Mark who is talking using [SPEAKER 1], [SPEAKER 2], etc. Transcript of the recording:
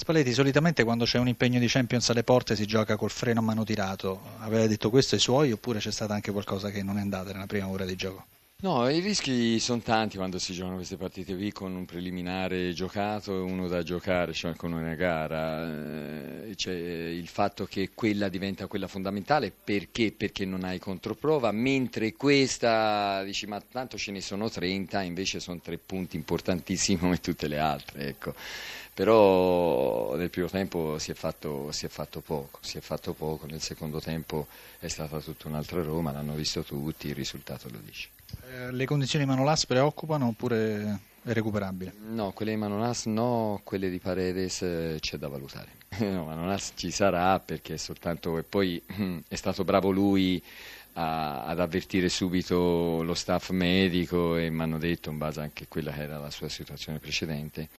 [SPEAKER 1] Spalletti, solitamente quando c'è un impegno di Champions alle porte si gioca col freno a mano tirato. Aveva detto questo ai suoi oppure c'è stata anche qualcosa che non è andata nella prima ora di gioco?
[SPEAKER 2] No, i rischi sono tanti quando si giocano queste partite qui con un preliminare giocato e uno da giocare, cioè con una gara. C'è il fatto che quella diventa quella fondamentale perché non hai controprova, mentre questa dici ma tanto ce ne sono 30, invece sono 3 punti importantissimi come tutte le altre, ecco. Però nel primo tempo si è fatto poco, nel secondo tempo è stata tutta un'altra Roma, l'hanno visto tutti, il risultato lo dice.
[SPEAKER 1] Le condizioni di Manolas preoccupano oppure è recuperabile?
[SPEAKER 2] No, quelle di Manolas no, quelle di Paredes c'è da valutare. No, Manolas ci sarà perché è soltanto... E poi è stato bravo lui ad avvertire subito lo staff medico e mi hanno detto, in base anche a quella che era la sua situazione precedente,